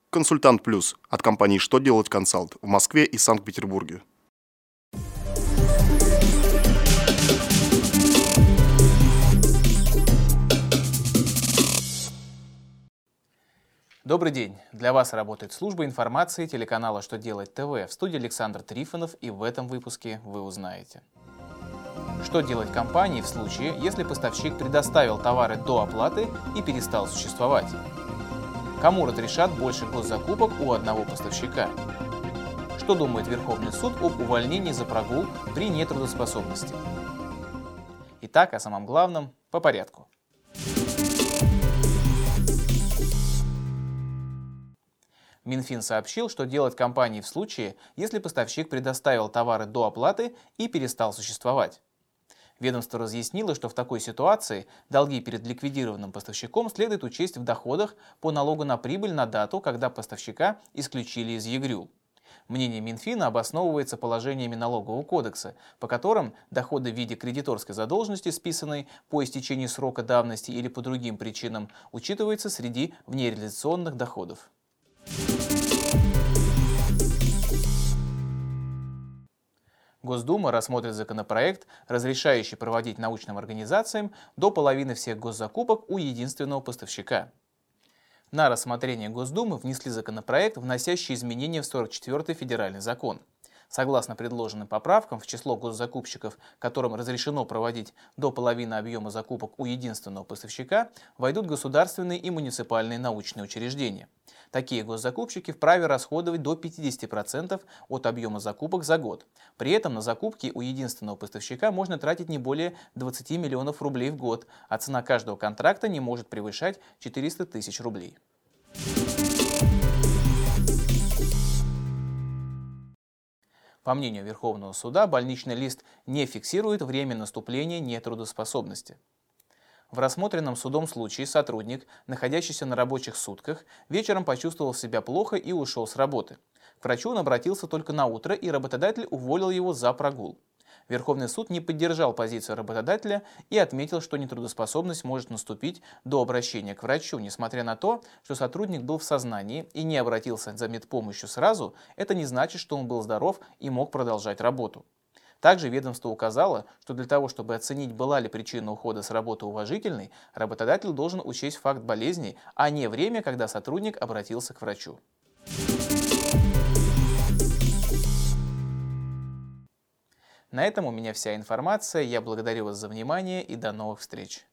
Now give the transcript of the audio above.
Консультант Плюс от компании «Что делать консалт» в Москве и Санкт-Петербурге. Добрый день! Для вас работает служба информации телеканала «Что делать ТВ». В студии Александр Трифонов, и в этом выпуске вы узнаете: что делать компании в случае, если поставщик предоставил товары до оплаты и перестал существовать? Кому разрешат больше госзакупок у одного поставщика? Что думает Верховный суд об увольнении за прогул при нетрудоспособности? Итак, о самом главном по порядку. Минфин сообщил, что делать компании в случае, если поставщик предоставил товары до оплаты и перестал существовать. Ведомство разъяснило, что в такой ситуации долги перед ликвидированным поставщиком следует учесть в доходах по налогу на прибыль на дату, когда поставщика исключили из ЕГРЮЛ. Мнение Минфина обосновывается положениями Налогового кодекса, по которым доходы в виде кредиторской задолженности, списанной по истечении срока давности или по другим причинам, учитываются среди внереализационных доходов. Госдума рассмотрит законопроект, разрешающий проводить научным организациям до половины всех госзакупок у единственного поставщика. На рассмотрение Госдумы внесли законопроект, вносящий изменения в 44-й федеральный закон. Согласно предложенным поправкам, в число госзакупщиков, которым разрешено проводить до половины объема закупок у единственного поставщика, войдут государственные и муниципальные научные учреждения. Такие госзакупщики вправе расходовать до 50% от объема закупок за год. При этом на закупки у единственного поставщика можно тратить не более 20 миллионов рублей в год, а цена каждого контракта не может превышать 400 тысяч рублей. По мнению Верховного суда, больничный лист не фиксирует время наступления нетрудоспособности. В рассмотренном судом случае сотрудник, находящийся на рабочих сутках, вечером почувствовал себя плохо и ушел с работы. К врачу он обратился только на утро, и работодатель уволил его за прогул. Верховный суд не поддержал позицию работодателя и отметил, что нетрудоспособность может наступить до обращения к врачу. Несмотря на то, что сотрудник был в сознании и не обратился за медпомощью сразу, это не значит, что он был здоров и мог продолжать работу. Также ведомство указало, что для того, чтобы оценить, была ли причина ухода с работы уважительной, работодатель должен учесть факт болезни, а не время, когда сотрудник обратился к врачу. На этом у меня вся информация. Я благодарю вас за внимание и до новых встреч.